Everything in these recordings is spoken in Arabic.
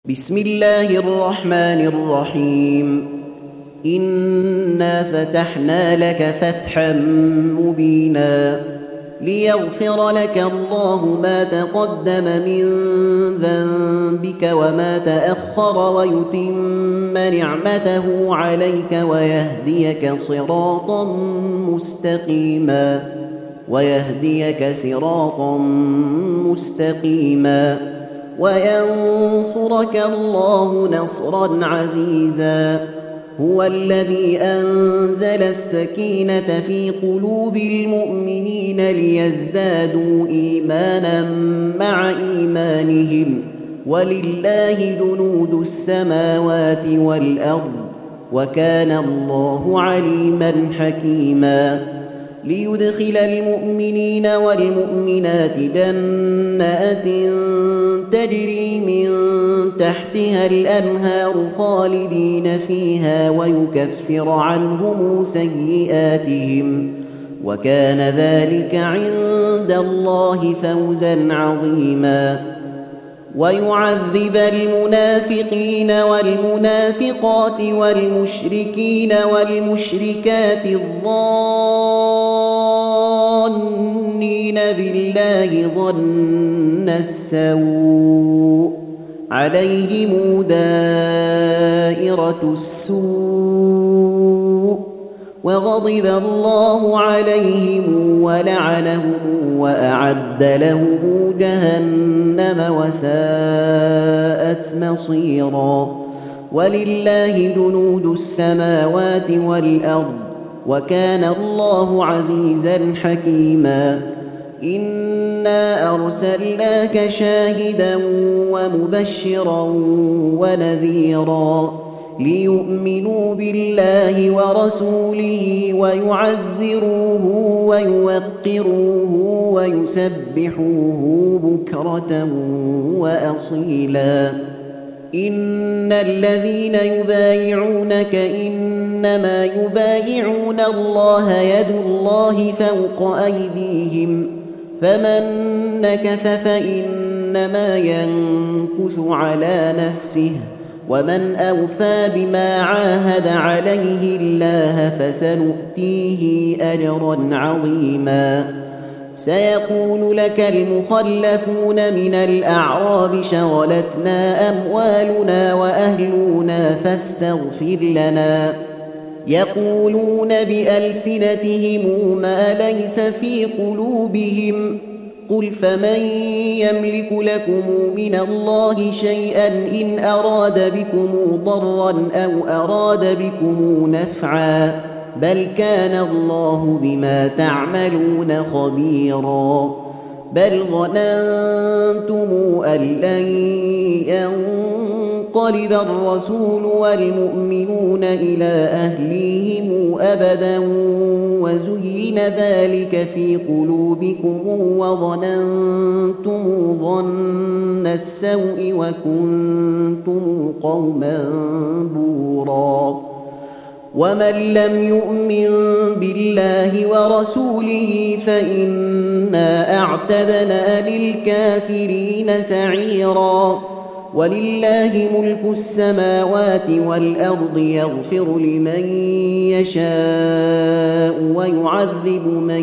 بسم الله الرحمن الرحيم. إنا فتحنا لك فتحا مبينا ليغفر لك الله ما تقدم من ذنبك وما تأخر ويتم نعمته عليك ويهديك صراطا مستقيما وينصرك الله نصرا عزيزا. هو الذي أنزل السكينة في قلوب المؤمنين ليزدادوا إيمانا مع إيمانهم ولله جنود السماوات والأرض وكان الله عليما حكيما. ليدخل المؤمنين والمؤمنات جنات تجري من تحتها الأنهار خالدين فيها ويكفر عنهم سيئاتهم وكان ذلك عند الله فوزا عظيما. ويعذب المنافقين والمنافقات والمشركين والمشركات الظانين بالله ظن السوء عليهم دائرة السوء وغضب الله عليهم ولعنهم وأعد لهم جهنم وساءت مصيرا. ولله جنود السماوات والأرض وكان الله عزيزا حكيما. إنا أرسلناك شاهدا ومبشرا ونذيرا ليؤمنوا بالله ورسوله ويعزروه ويوقروه ويسبحوه بكرة وأصيلا. إن الذين يبايعونك إنما يبايعون الله يد الله فوق أيديهم فمن نكث فإنما ينكث على نفسه ومن أوفى بما عاهد عليه الله فسنؤتيه أجرا عظيما. سيقول لك المخلفون من الأعراب شغلتنا أموالنا وأهلنا فاستغفر لنا. يقولون بألسنتهم ما ليس في قلوبهم قل فمن يملك لكم من الله شيئا إن أراد بكم ضرا أو أراد بكم نفعا بل كان الله بما تعملون خبيرا. بل ظننتم أن لن ينقلب الرسول والمؤمنون إلى أهليهم أبدا وزين ذلك في قلوبكم وظننتم ظن السوء وكنتم قوما بورا. ومن لم يؤمن بالله ورسوله فإنا أعتدنا للكافرين سعيرا. ولله ملك السماوات والأرض يغفر لمن يشاء ويعذب من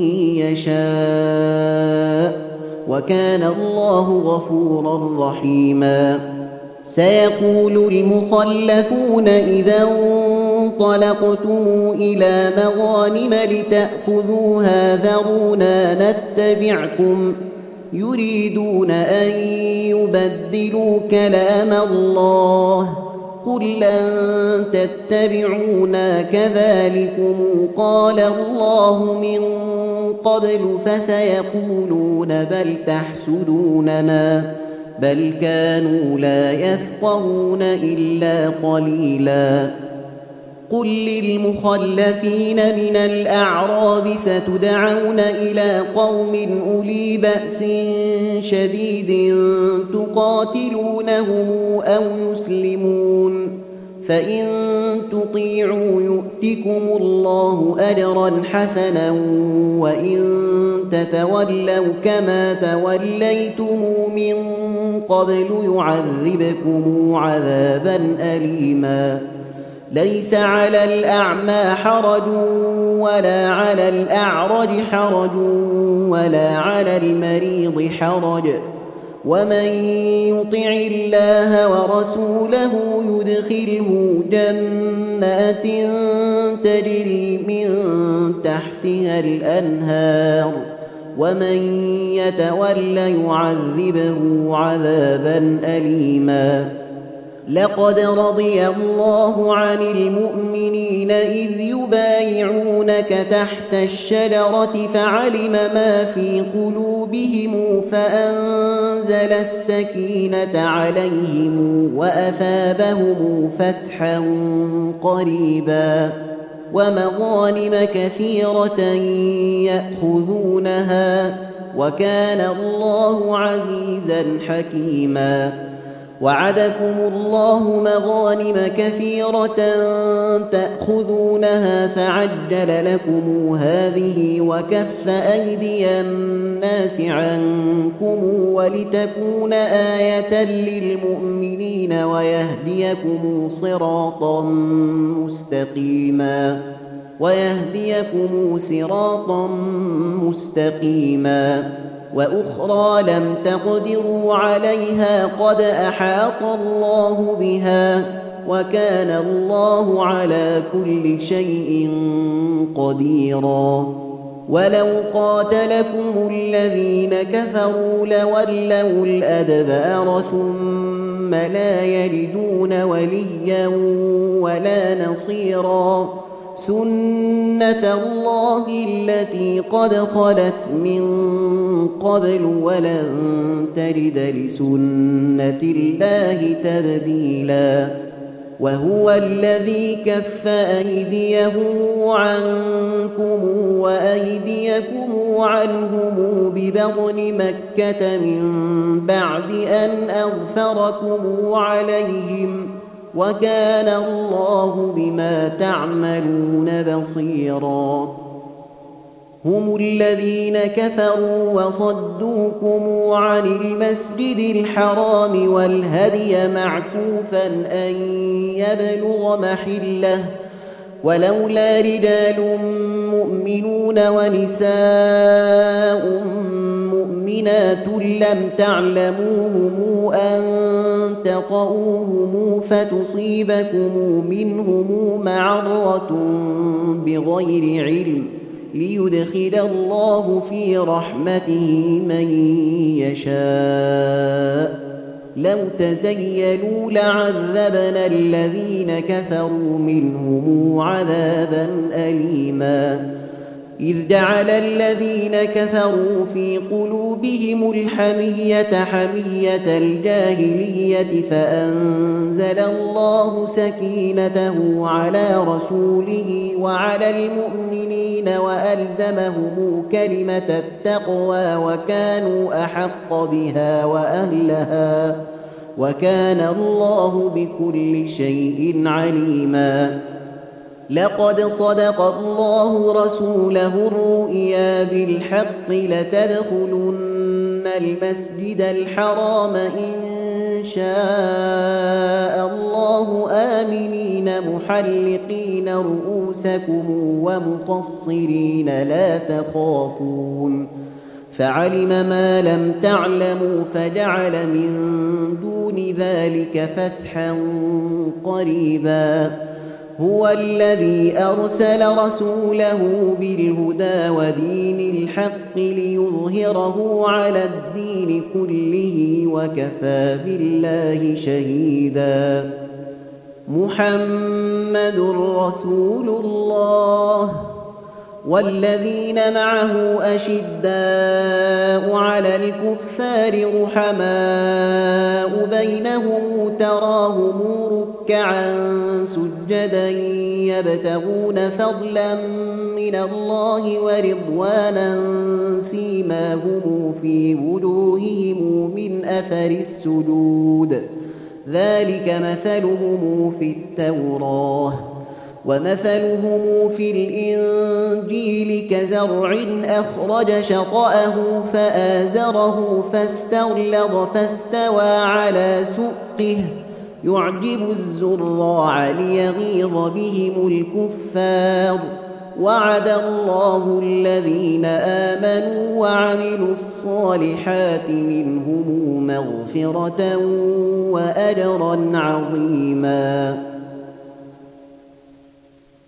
يشاء وكان الله غفورا رحيما. سيقول المخلفون إذا انطلقتم إلى مغانم لتأخذوها ذرونا نتبعكم يريدون أن يبدلوا كلام الله قل لن تتبعونا كذلكم قال الله من قبل فسيقولون بل تحسدوننا بل كانوا لا يفقهون إلا قليلا. قل للمخلفين من الأعراب ستدعون إلى قوم أولي بأس شديد تقاتلونهم أو يسلمون فإن تطيعوا يؤتكم الله أجرا حسنا وإن تتولوا كما توليتم من قبل يعذبكم عذابا أليما ليس على الأعمى حرج ولا على الأعرج حرج ولا على المريض حرج ومن يطع الله ورسوله يدخله جنات تجري من تحتها الأنهار ومن يتول يعذبه عذابا أليما لقد رضي الله عن المؤمنين إذ يبايعونك تحت الشجرة فعلم ما في قلوبهم فأنزل السكينة عليهم وأثابهم فتحا قريبا ومغانم كثيرة يأخذونها وكان الله عزيزا حكيما وعدكم الله مغانم كثيرة تأخذونها فعجل لكم هذه وكف أيدي الناس عنكم ولتكون آية للمؤمنين ويهديكم صراطا مستقيما وأخرى لم تقدروا عليها قد أحاط الله بها وكان الله على كل شيء قديرا ولو قاتلكم الذين كفروا لولوا الأدبار ثم لا يجدون وليا ولا نصيرا سنة الله التي قد خلت من قبل ولن تجد لسنة الله تبديلا وهو الذي كف أيديهم عنكم وأيديكم عنهم ببطن مكة من بعد أن أغفركم عليهم وكان الله بما تعملون بصيرا هم الذين كفروا وصدوكم عن المسجد الحرام والهدي معكوفا أن يبلغ محله ولولا رجال مؤمنون ونساء مؤمنات لم تعلموهم أن تطؤوهم فتصيبكم منهم معرة بغير علم ليدخل الله في رحمته من يشاء لو تزيلوا لعذبنا الذين كفروا منهم عذابا أليما إذ جعل الذين كفروا في قلوبهم الحمية حمية الجاهلية فأنزل الله سكينته على رسوله وعلى المؤمنين وألزمهم كلمة التقوى وكانوا أحق بها وأهلها وكان الله بكل شيء عليما لقد صدق الله رسوله الرؤيا بالحق لتدخلن المسجد الحرام إن شاء الله آمنين محلقين رؤوسكم ومقصرين لا تخافون فعلم ما لم تعلموا فجعل من دون ذلك فتحا قريبا هو الذي أرسل رسوله بالهدى ودين الحق ليظهره على الدين كله وكفى بالله شهيدا محمد رسول الله والذين معه أشداء على الكفار رحماء بينهم تراهم ركعا سجدا يبتغون فضلا من الله ورضوانا سيماهم في وجوههم من أثر السجود ذلك مثلهم في التوراة ومثلهم في الإنجيل كزرع أخرج شطأه فآزره فاستغلظ فاستوى على سوقه يعجب الزراع ليغيظ بهم الكفار وعد الله الذين آمنوا وعملوا الصالحات منهم مغفرة وأجرا عظيما